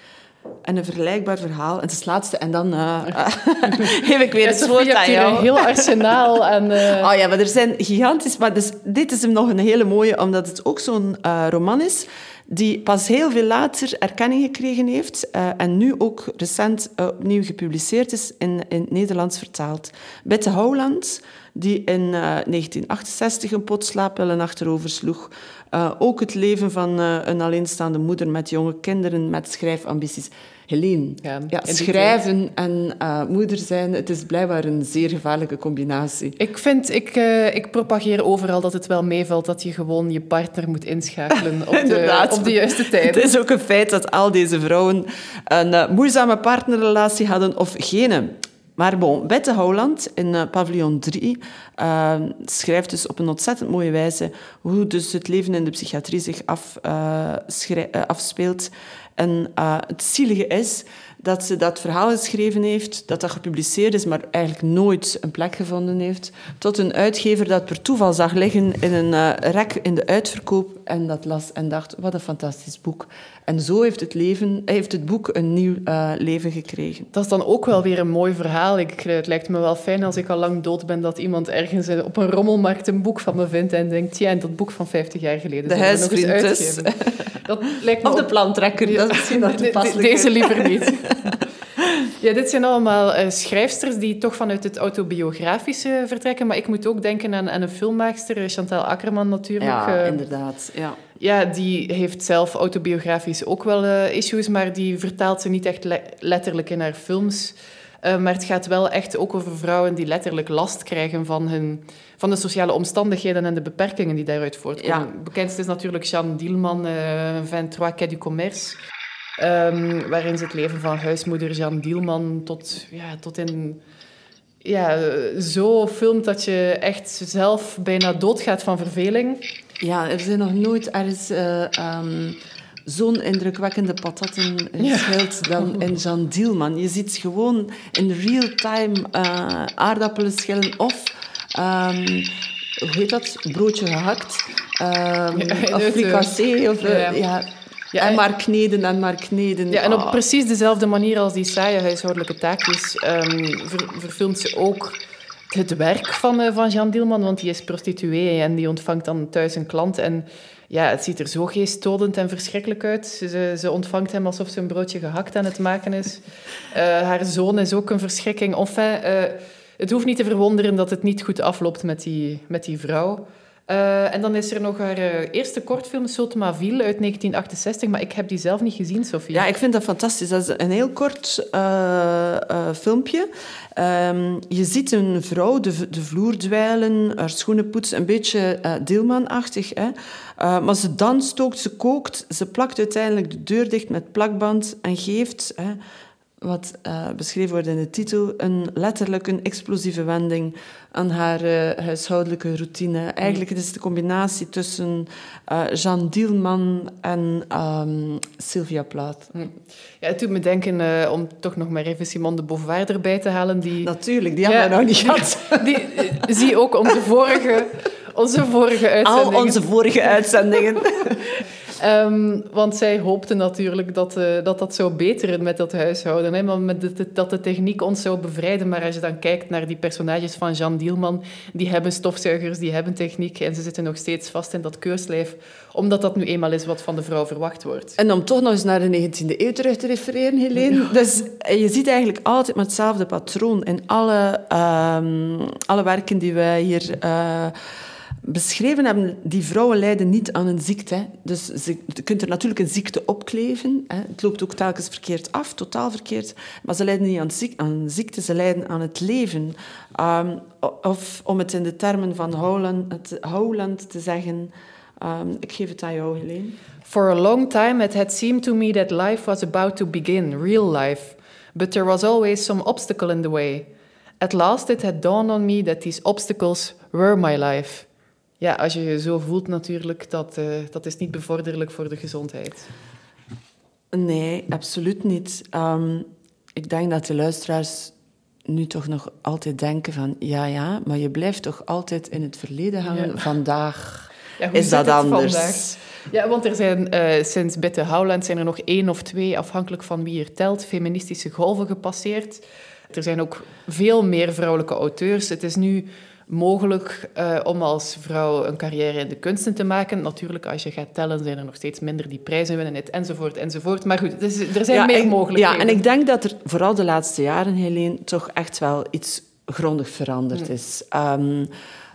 En een vergelijkbaar verhaal, en het is het laatste, en dan uh, uh, geef ik weer ja, het woord aan jou. Een heel arsenaal. En, uh... Oh ja, maar er zijn gigantisch... Maar dus, dit is hem nog een hele mooie, omdat het ook zo'n uh, roman is die pas heel veel later erkenning gekregen heeft uh, en nu ook recent uh, opnieuw gepubliceerd is in, in het Nederlands vertaald. Bette Houwland, die in uh, negentien achtenzestig een potslaappillen achterover sloeg. Uh, ook het leven van uh, een alleenstaande moeder met jonge kinderen met schrijfambities. Helene, ja, ja, schrijven en uh, moeder zijn, het is blijkbaar een zeer gevaarlijke combinatie. Ik vind, ik, uh, ik propageer overal dat het wel meevalt dat je gewoon je partner moet inschakelen op de, op de juiste tijd. Het is ook een feit dat al deze vrouwen een uh, moeizame partnerrelatie hadden of geen. Maar bon, Bette Houwland in uh, Pavillon drie uh, schrijft dus op een ontzettend mooie wijze hoe dus het leven in de psychiatrie zich af, uh, schrij- uh, afspeelt. En uh, het zielige is dat ze dat verhaal geschreven heeft, dat dat gepubliceerd is, maar eigenlijk nooit een plek gevonden heeft, tot een uitgever dat per toeval zag liggen in een uh, rek in de uitverkoop en dat las en dacht, wat een fantastisch boek. En zo heeft het, leven, heeft het boek een nieuw uh, leven gekregen. Dat is dan ook wel weer een mooi verhaal. Ik, het lijkt me wel fijn als ik al lang dood ben, dat iemand ergens op een rommelmarkt een boek van me vindt en denkt, ja, dat boek van vijftig jaar geleden de huisvriend dat lijkt me of de ook... plantrekker, ja. Dat is misschien nog toepasselijk. Deze liever niet. Ja, dit zijn allemaal uh, schrijfsters die toch vanuit het autobiografische vertrekken. Maar ik moet ook denken aan, aan een filmmaakster, Chantal Akerman natuurlijk. Ja, uh, inderdaad. Ja. ja, die heeft zelf autobiografisch ook wel uh, issues, maar die vertaalt ze niet echt le- letterlijk in haar films. Uh, maar het gaat wel echt ook over vrouwen die letterlijk last krijgen van, hun, van de sociale omstandigheden en de beperkingen die daaruit voortkomen. Ja. Bekendst is natuurlijk Jeanne Dielman, uh, vingt-trois Quai du Commerce, um, waarin ze het leven van huismoeder Jeanne Dielman tot, ja, tot in... Ja, zo filmt dat je echt zelf bijna doodgaat van verveling. Ja, er zijn nog nooit ergens uh, um, zo'n indrukwekkende patatten geschild ja. dan in Jeanne Dielman. Je ziet gewoon in real-time uh, aardappelen schillen of... Um, hoe heet dat? Broodje gehakt. Um, ja, of fricassé. Of, uh, ja. Ja, Ja, en maar kneden en maar kneden. Ja, en op oh. precies dezelfde manier als die saaie huishoudelijke taakjes um, ver, verfilmt ze ook het werk van, uh, van Jeanne Dielman, want die is prostituee en die ontvangt dan thuis een klant. En ja, het ziet er zo geestdodend en verschrikkelijk uit. Ze, ze ontvangt hem alsof ze een broodje gehakt aan het maken is. Uh, haar zoon is ook een verschrikking. Enfin, uh, het hoeft niet te verwonderen dat het niet goed afloopt met die, met die vrouw. Uh, en dan is er nog haar uh, eerste kortfilm, Saute ma ville, uit negentien achtenzestig. Maar ik heb die zelf niet gezien, Sophie. Ja, ik vind dat fantastisch. Dat is een heel kort uh, uh, filmpje. Um, je ziet een vrouw de, de vloer dweilen, haar schoenen poetsen, een beetje uh, Dielman-achtig. Hè? Uh, maar ze danst ook, ze kookt. Ze plakt uiteindelijk de deur dicht met plakband en geeft... Hè, wat uh, beschreven wordt in de titel, een letterlijk een explosieve wending aan haar uh, huishoudelijke routine. Eigenlijk het is de combinatie tussen uh, Jeanne Dielman en um, Sylvia Plath. Ja, het doet me denken, uh, om toch nog maar even Simone de Beauvoir erbij te halen. Die... Natuurlijk, die hebben we nog niet gehad. Die, die, zie ook onze vorige, onze vorige uitzendingen. Al onze vorige uitzendingen. Um, want zij hoopte natuurlijk dat, uh, dat dat zou beteren met dat huishouden. Hè? Maar met de, dat de techniek ons zou bevrijden. Maar als je dan kijkt naar die personages van Jeanne Dielman, die hebben stofzuigers, die hebben techniek en ze zitten nog steeds vast in dat keurslijf, omdat dat nu eenmaal is wat van de vrouw verwacht wordt. En om toch nog eens naar de negentiende eeuw terug te refereren, Helene. Ja. Dus je ziet eigenlijk altijd met hetzelfde patroon in alle, um, alle werken die wij hier... Uh, beschreven hebben, die vrouwen lijden niet aan een ziekte. Hè. Dus ze, je kunt er natuurlijk een ziekte opkleven. Hè. Het loopt ook telkens verkeerd af, totaal verkeerd. Maar ze lijden niet aan, ziek, aan een ziekte, ze lijden aan het leven. Um, of om het in de termen van Howland, het Howland te zeggen... Um, ik geef het aan jou, Helene. For a long time it had seemed to me that life was about to begin, real life. But there was always some obstacle in the way. At last it had dawned on me that these obstacles were my life... Ja, als je je zo voelt natuurlijk, dat, uh, dat is niet bevorderlijk voor de gezondheid. Nee, absoluut niet. Um, ik denk dat de luisteraars nu toch nog altijd denken van... Ja, ja, maar je blijft toch altijd in het verleden hangen. Ja. Vandaag ja, is dat anders. Vandaag? Ja, want er zijn uh, sinds Bitte Howland zijn er nog één of twee, afhankelijk van wie er telt, feministische golven gepasseerd. Er zijn ook veel meer vrouwelijke auteurs. Het is nu... mogelijk uh, om als vrouw een carrière in de kunsten te maken. Natuurlijk, als je gaat tellen, zijn er nog steeds minder die prijzen winnen, enzovoort, enzovoort. Maar goed, dus, er zijn ja, meer en, mogelijkheden. Ja, en ik denk dat er vooral de laatste jaren, Helene, toch echt wel iets grondig veranderd mm. is. Um,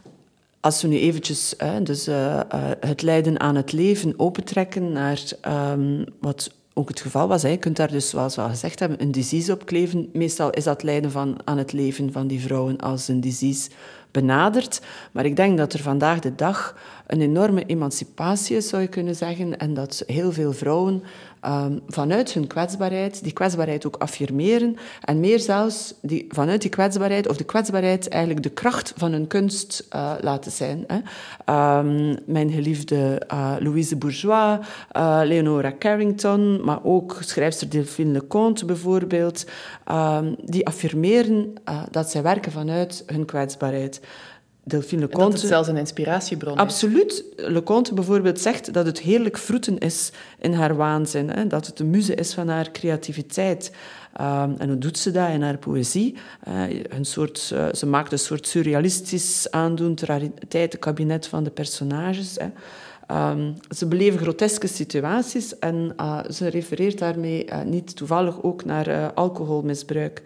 als we nu eventjes uh, dus, uh, uh, het lijden aan het leven opentrekken naar um, wat... ook het geval was. Hè. Je kunt daar dus, zoals we al gezegd hebben, een disease op kleven. Meestal is dat lijden van, aan het leven van die vrouwen als een disease benaderd. Maar ik denk dat er vandaag de dag een enorme emancipatie is, zou je kunnen zeggen. En dat heel veel vrouwen um, vanuit hun kwetsbaarheid, die kwetsbaarheid ook affirmeren. En meer zelfs die, vanuit die kwetsbaarheid, of de kwetsbaarheid eigenlijk de kracht van hun kunst uh, laten zijn. Hè. Um, mijn geliefde uh, Louise Bourgeois, uh, Leonora Carrington, maar ook schrijfster Delphine Leconte bijvoorbeeld, um, die affirmeren uh, dat zij werken vanuit hun kwetsbaarheid. Delphine Leconte... En dat het zelfs een inspiratiebron is. Absoluut. Leconte bijvoorbeeld zegt dat het heerlijk vroeten is in haar waanzin. Hè? Dat het de muze is van haar creativiteit. Um, en hoe doet ze dat in haar poëzie? Uh, een soort, uh, ze maakt een soort surrealistisch aandoend rariteitenkabinet van de personages. Hè? Um, ze beleven groteske situaties en uh, ze refereert daarmee uh, niet toevallig ook naar uh, alcoholmisbruik.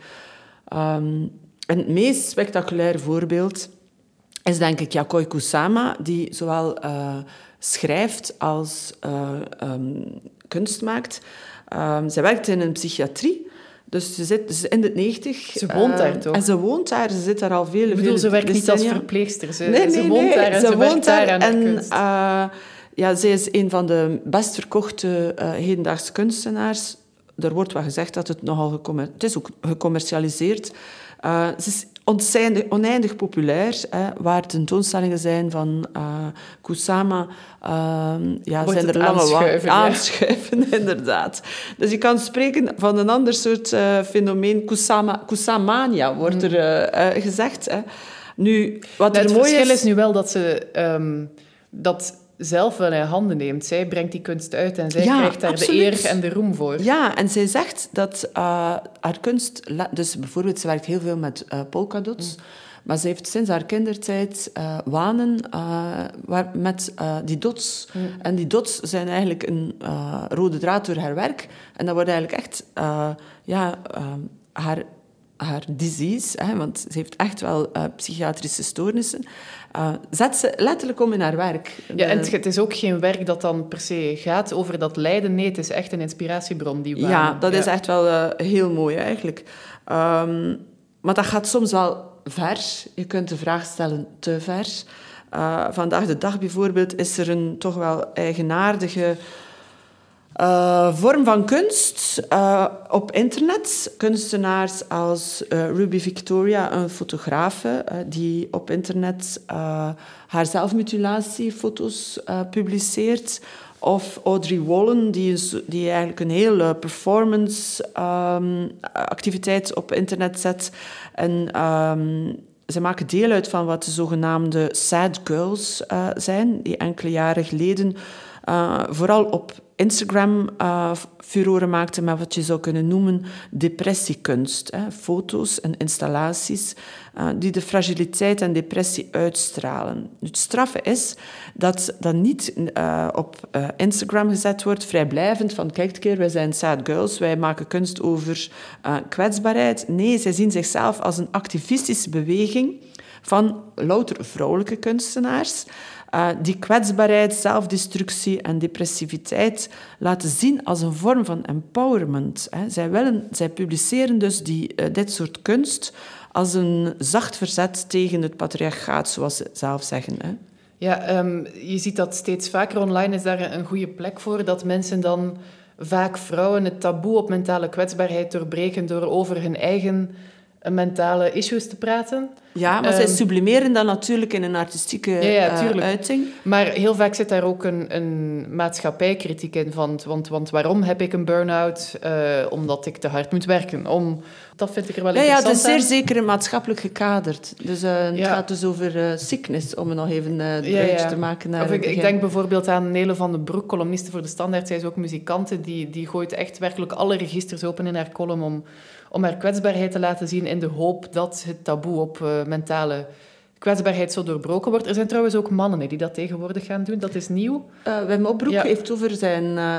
Um, en het meest spectaculaire voorbeeld is denk ik Yokoi Kusama, die zowel uh, schrijft als uh, um, kunst maakt. Um, zij werkt in een psychiatrie. Dus ze zit dus in de negentig. Ze woont daar uh, toch? En ze woont daar. Ze zit daar al vele, Ik bedoel, vele ze werkt niet als decennia. verpleegster. Ze, Nee, nee, ze woont nee, daar en ze, ze, woont werkt daar daar aan de en, kunst. Uh, ja, zij is een van de best verkochte uh, hedendaagse kunstenaars. Er wordt wel gezegd dat het nogal gecommer- het is ook gecommercialiseerd. Uh, ze is oneindig, oneindig populair, hè, waar tentoonstellingen zijn van uh, Kusama. Uh, ja, Wordt zijn er het lange aanschuiven, wa- ja. aanschuiven, inderdaad. Dus je kan spreken van een ander soort uh, fenomeen. Kusama, Kusamania wordt er uh, uh, gezegd. Hè. Nu, wat Nou, er het mooi verschil is... is nu wel dat ze um, dat zelf wel in handen neemt. Zij brengt die kunst uit en zij Ja, krijgt daar absoluut. de eer en de roem voor. Ja, en zij zegt dat uh, haar kunst... Dus bijvoorbeeld, ze werkt heel veel met uh, polkadots. Mm. Maar ze heeft sinds haar kindertijd uh, wanen uh, waar, met uh, die dots. Mm. En die dots zijn eigenlijk een uh, rode draad door haar werk. En dat wordt eigenlijk echt... Uh, ja, uh, haar... haar disease, hè, want ze heeft echt wel uh, psychiatrische stoornissen, uh, zet ze letterlijk om in haar werk. Ja, en het is ook geen werk dat dan per se gaat over dat lijden. Nee, het is echt een inspiratiebron, die waan. Ja, dat ja. is echt wel uh, heel mooi eigenlijk. Um, maar dat gaat soms wel ver. Je kunt de vraag stellen, te ver. Uh, vandaag de dag bijvoorbeeld is er een toch wel eigenaardige... Uh, vorm van kunst uh, op internet. Kunstenaars als uh, Ruby Victoria, een fotografe, uh, die op internet uh, haar zelfmutilatiefoto's uh, publiceert. Of Audrey Wallen, die, een, die eigenlijk een hele performance-activiteit um, op internet zet. En um, ze maken deel uit van wat de zogenaamde sad girls uh, zijn, die enkele jaren geleden uh, vooral op Instagram uh, furoren maakte met wat je zou kunnen noemen depressiekunst. Hè. Foto's en installaties uh, die de fragiliteit en depressie uitstralen. Het straffe is dat dat niet uh, op uh, Instagram gezet wordt, vrijblijvend, van kijk een keer, wij zijn sad girls, wij maken kunst over uh, kwetsbaarheid. Nee, zij zien zichzelf als een activistische beweging van louter vrouwelijke kunstenaars, Uh, die kwetsbaarheid, zelfdestructie en depressiviteit laten zien als een vorm van empowerment. Hè. Zij, willen, zij publiceren dus die, uh, dit soort kunst als een zacht verzet tegen het patriarchaat, zoals ze zelf zeggen. Hè. Ja, um, je ziet dat steeds vaker online is daar een goede plek voor, dat mensen dan, vaak vrouwen, het taboe op mentale kwetsbaarheid doorbreken door over hun eigen mentale issues te praten. Ja, maar um, zij sublimeren dat natuurlijk in een artistieke ja, ja, uh, uiting. Maar heel vaak zit daar ook een, een maatschappijkritiek in. Van, want, want waarom heb ik een burn-out? Uh, omdat ik te hard moet werken. Om, dat vind ik er wel ja, interessant Ja, het is zeer zeker maatschappelijk gekaderd. Dus uh, het ja. gaat dus over uh, sickness, om het nog even uh, het ja, ja. te maken naar of ik, ik denk bijvoorbeeld aan Nele van den Broek, columniste voor De Standaard. Zij is ook muzikante. Die, die gooit echt werkelijk alle registers open in haar column om... om haar kwetsbaarheid te laten zien in de hoop dat het taboe op uh, mentale kwetsbaarheid zo doorbroken wordt. Er zijn trouwens ook mannen hè, die dat tegenwoordig gaan doen. Dat is nieuw. Uh, Wim Opbroek ja. heeft over zijn... Uh,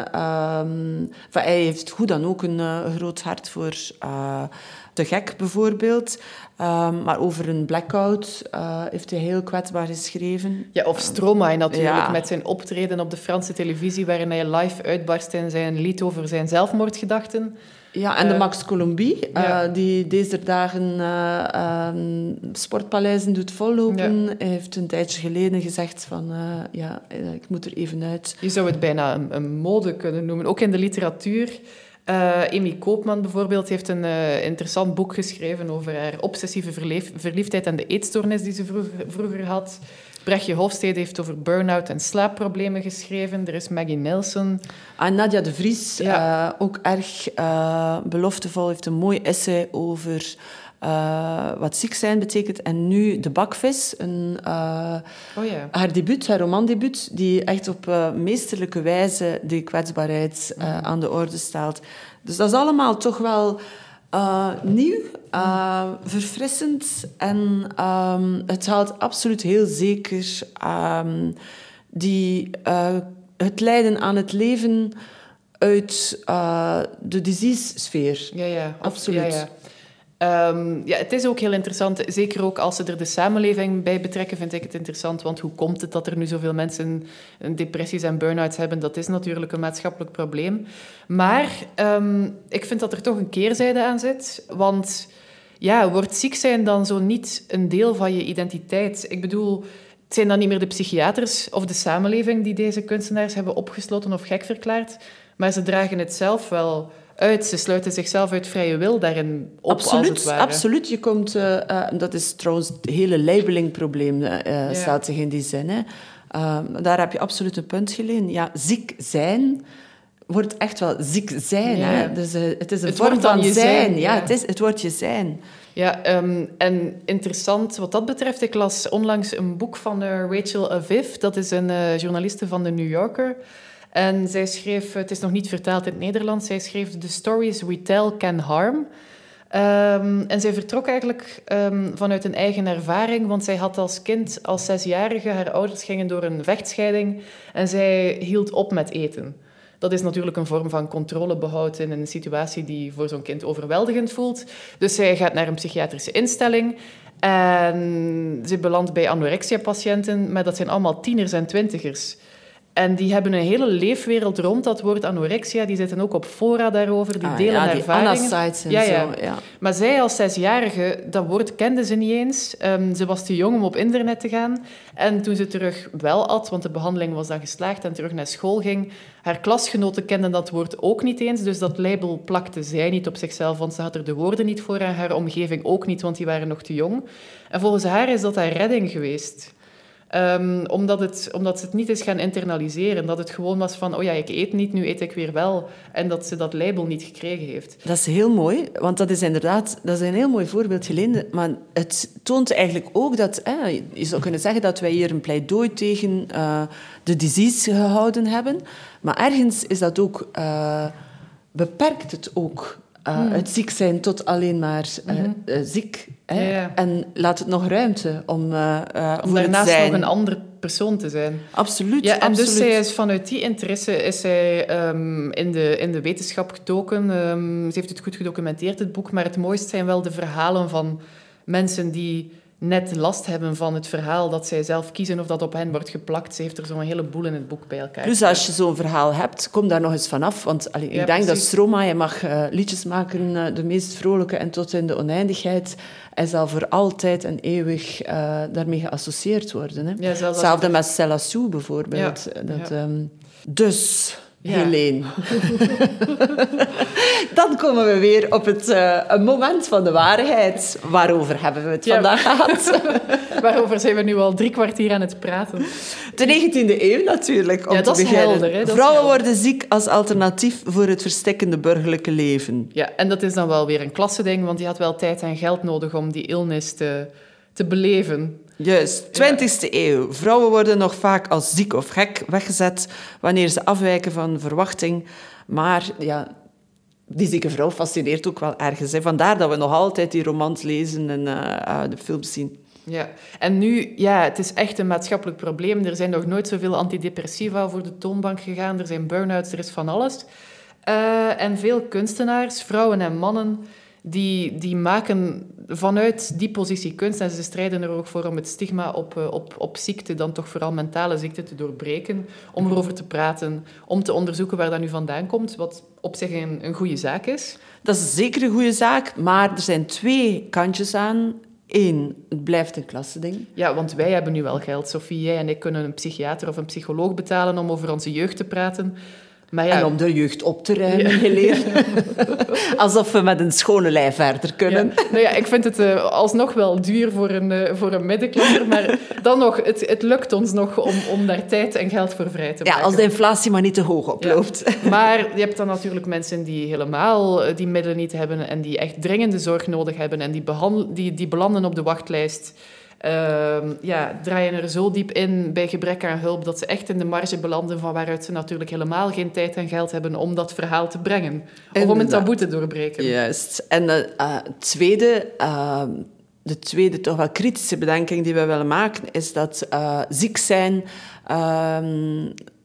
um, enfin, hij heeft hoe dan ook een uh, groot hart voor uh, Te Gek, bijvoorbeeld. Um, maar over een blackout uh, heeft hij heel kwetsbaar geschreven. Ja, of Stromae natuurlijk, ja. met zijn optreden op de Franse televisie, waarin hij live uitbarst in zijn lied over zijn zelfmoordgedachten. Ja, en de Max Colombie, ja. uh, die deze dagen uh, um, sportpaleizen doet vollopen, ja. heeft een tijdje geleden gezegd van, uh, ja, ik moet er even uit. Je zou het bijna een, een mode kunnen noemen, ook in de literatuur. Uh, Amy Koopman bijvoorbeeld heeft een uh, interessant boek geschreven over haar obsessieve verleef, verliefdheid en de eetstoornis die ze vroeger, vroeger had. Brechtje Hofstede heeft over burn-out en slaapproblemen geschreven. Er is Maggie Nelson. En Nadia de Vries, ja. uh, ook erg uh, beloftevol, heeft een mooi essay over uh, wat ziek zijn betekent. En nu De Bakvis, een, uh, oh ja. haar debuut, haar romandebuut, die echt op uh, meesterlijke wijze die kwetsbaarheid uh, mm. aan de orde stelt. Dus dat is allemaal toch wel... Uh, nieuw, uh, verfrissend en um, het haalt absoluut heel zeker um, die, uh, het lijden aan het leven uit uh, de disease-sfeer. Ja, ja. Absoluut. Ja, Um, ja, het is ook heel interessant, zeker ook als ze er de samenleving bij betrekken, vind ik het interessant, want hoe komt het dat er nu zoveel mensen depressies en burn-outs hebben? Dat is natuurlijk een maatschappelijk probleem. Maar um, ik vind dat er toch een keerzijde aan zit, want ja, wordt ziek zijn dan zo niet een deel van je identiteit? Ik bedoel, het zijn dan niet meer de psychiaters of de samenleving die deze kunstenaars hebben opgesloten of gek verklaard, maar ze dragen het zelf wel uit. Ze sluiten zichzelf uit vrije wil daarin op, absoluut, als het ware. Absoluut. Je komt, uh, uh, dat is trouwens het hele labelingprobleem, uh, ja. staat zich in die zin. Hè. Uh, daar heb je absoluut een punt geleden. Ja, ziek zijn wordt echt wel ziek zijn. Ja. Hè. Dus, uh, het is een het vorm van je zijn. zijn. Ja, Ja. Het, is, het wordt je zijn. Ja, um, en interessant wat dat betreft. Ik las onlangs een boek van uh, Rachel Aviv. Dat is een uh, journaliste van de New Yorker. En zij schreef, het is nog niet vertaald in het Nederlands, zij schreef The Stories We Tell Can Harm. Um, en zij vertrok eigenlijk um, vanuit een eigen ervaring, want zij had als kind, als zesjarige, haar ouders gingen door een vechtscheiding en zij hield op met eten. Dat is natuurlijk een vorm van controlebehoud in een situatie die voor zo'n kind overweldigend voelt. Dus zij gaat naar een psychiatrische instelling en ze belandt bij anorexia-patiënten, maar dat zijn allemaal tieners en twintigers. En die hebben een hele leefwereld rond dat woord anorexia. Die zitten ook op fora daarover, die ah, delen ja, die ervaringen. Anna-sites en ja, zo. ja. Ja. Maar zij als zesjarige, dat woord kende ze niet eens. Um, ze was te jong om op internet te gaan. En toen ze terug wel at, want de behandeling was dan geslaagd en terug naar school ging, haar klasgenoten kenden dat woord ook niet eens. Dus dat label plakte zij niet op zichzelf, want ze had er de woorden niet voor en haar omgeving ook niet, want die waren nog te jong. En volgens haar is dat haar redding geweest. Um, omdat, het, omdat ze het niet is gaan internaliseren. Dat het gewoon was van, oh ja, ik eet niet, nu eet ik weer wel. En dat ze dat label niet gekregen heeft. Dat is heel mooi, want dat is inderdaad dat is een heel mooi voorbeeld geleden. Maar het toont eigenlijk ook dat, eh, je zou kunnen zeggen dat wij hier een pleidooi tegen uh, de disease gehouden hebben. Maar ergens is dat ook, uh, beperkt het ook. Uh, hmm. Het ziek zijn tot alleen maar uh, mm-hmm. uh, ziek. Hè? Ja, ja. En laat het nog ruimte om uh, uh, om daarnaast nog een andere persoon te zijn. Absoluut. Ja, en absoluut. dus zij is vanuit die interesse is zij um, in, de, in de wetenschap getoken. Um, ze heeft het goed gedocumenteerd, het boek. Maar het mooiste zijn wel de verhalen van mensen die net last hebben van het verhaal dat zij zelf kiezen of dat op hen wordt geplakt. Ze heeft er zo'n heleboel in het boek bij elkaar. Dus als je zo'n verhaal hebt, kom daar nog eens vanaf. Want allee, ik ja, denk precies. dat Stromae mag uh, liedjes maken, uh, de meest vrolijke en tot in de oneindigheid. Hij zal voor altijd en eeuwig uh, daarmee geassocieerd worden. Hè. Ja, hetzelfde met Cella Sue bijvoorbeeld. Ja, dat, ja. Um, dus... Ja. Helene. Dan komen we weer op het uh, een moment van de waarheid. Waarover hebben we het ja. vandaag gehad? Waarover zijn we nu al drie kwartier aan het praten? De negentiende eeuw natuurlijk, om ja, dat te is beginnen. Helder, hè? Dat Vrouwen is helder. worden ziek als alternatief voor het verstikkende burgerlijke leven. Ja, en dat is dan wel weer een klassending, want die had wel tijd en geld nodig om die illness te, te beleven. Juist, twintigste ja. eeuw. Vrouwen worden nog vaak als ziek of gek weggezet wanneer ze afwijken van verwachting. Maar ja, die zieke vrouw fascineert ook wel ergens. Hè. Vandaar dat we nog altijd die romans lezen en uh, uh, de films zien. Ja, en nu, ja, het is echt een maatschappelijk probleem. Er zijn nog nooit zoveel antidepressiva voor de toonbank gegaan. Er zijn burn-outs, er is van alles. Uh, en veel kunstenaars, vrouwen en mannen, die, die maken vanuit die positie kunst. En ze strijden er ook voor om het stigma op, op, op ziekte, dan toch vooral mentale ziekte, te doorbreken. Om erover te praten, om te onderzoeken waar dat nu vandaan komt. Wat op zich een, een goede zaak is. Dat is zeker een goede zaak, maar er zijn twee kantjes aan. Eén, het blijft een klassending. Ja, want wij hebben nu wel geld. Sophie, jij en ik kunnen een psychiater of een psycholoog betalen om over onze jeugd te praten. Maar ja, en om de jeugd op te ruimen, ja. geleerd. Alsof we met een schone lei verder kunnen. Ja. Nou ja, ik vind het uh, alsnog wel duur voor een, uh, voor een middenklasser, maar dan nog, het, het lukt ons nog om, om daar tijd en geld voor vrij te maken. Ja, als de inflatie maar niet te hoog oploopt. Ja. Maar je hebt dan natuurlijk mensen die helemaal die middelen niet hebben en die echt dringende zorg nodig hebben en die, behandel, die, die belanden op de wachtlijst. Uh, ja, draaien er zo diep in bij gebrek aan hulp dat ze echt in de marge belanden van waaruit ze natuurlijk helemaal geen tijd en geld hebben om dat verhaal te brengen. Of Inderdaad. om een taboe te doorbreken. Juist. En de uh, tweede, uh, de tweede toch wel kritische bedenking die we willen maken is dat uh, ziek zijn... Uh,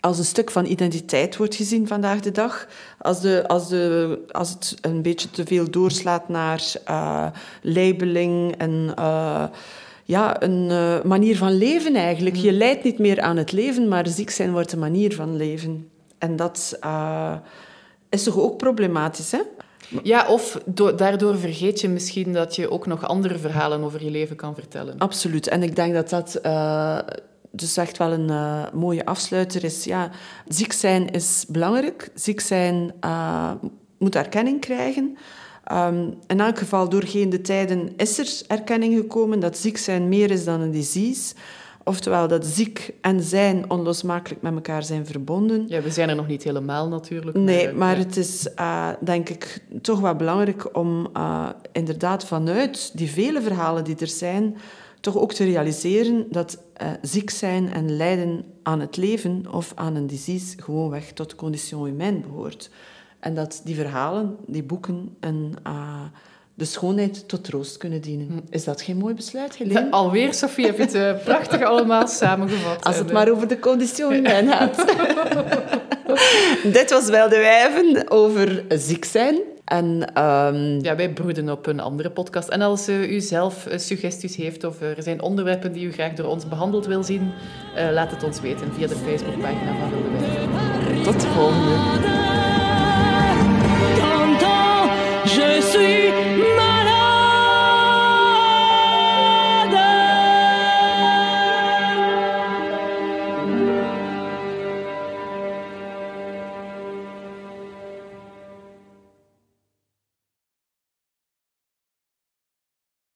als een stuk van identiteit wordt gezien vandaag de dag. Als, de, als, de, als het een beetje te veel doorslaat naar uh, labeling en uh, ja, een uh, manier van leven eigenlijk. Je lijdt niet meer aan het leven, maar ziek zijn wordt een manier van leven. En dat uh, is toch ook problematisch, hè? Ja, of do- daardoor vergeet je misschien dat je ook nog andere verhalen over je leven kan vertellen. Absoluut. En ik denk dat dat uh, dus echt wel een uh, mooie afsluiter is. Ja, ziek zijn is belangrijk. Ziek zijn uh, moet erkenning krijgen. Um, in elk geval, doorheen de tijden is er erkenning gekomen dat ziek zijn meer is dan een disease. Oftewel, dat ziek en zijn onlosmakelijk met elkaar zijn verbonden. Ja, we zijn er nog niet helemaal natuurlijk. Nee, maar, maar ja. het is, uh, denk ik, toch wel belangrijk om uh, inderdaad vanuit die vele verhalen die er zijn, toch ook te realiseren dat uh, ziek zijn en lijden aan het leven of aan een disease gewoonweg tot de condition humaine behoort. En dat die verhalen, die boeken en uh, de schoonheid tot troost kunnen dienen. Is dat geen mooi besluit, Helene? Alweer, Sophie, heb je het uh, prachtig allemaal samengevat. Als het en, maar over de condition humaine gaat. Dit was Wel de Wijven over ziek zijn. En, um... ja, wij broeden op een andere podcast. En als uh, u zelf uh, suggesties heeft of er zijn onderwerpen die u graag door ons behandeld wil zien, uh, laat het ons weten via de Facebookpagina van Wilde Wijven. Tot de volgende. Je suis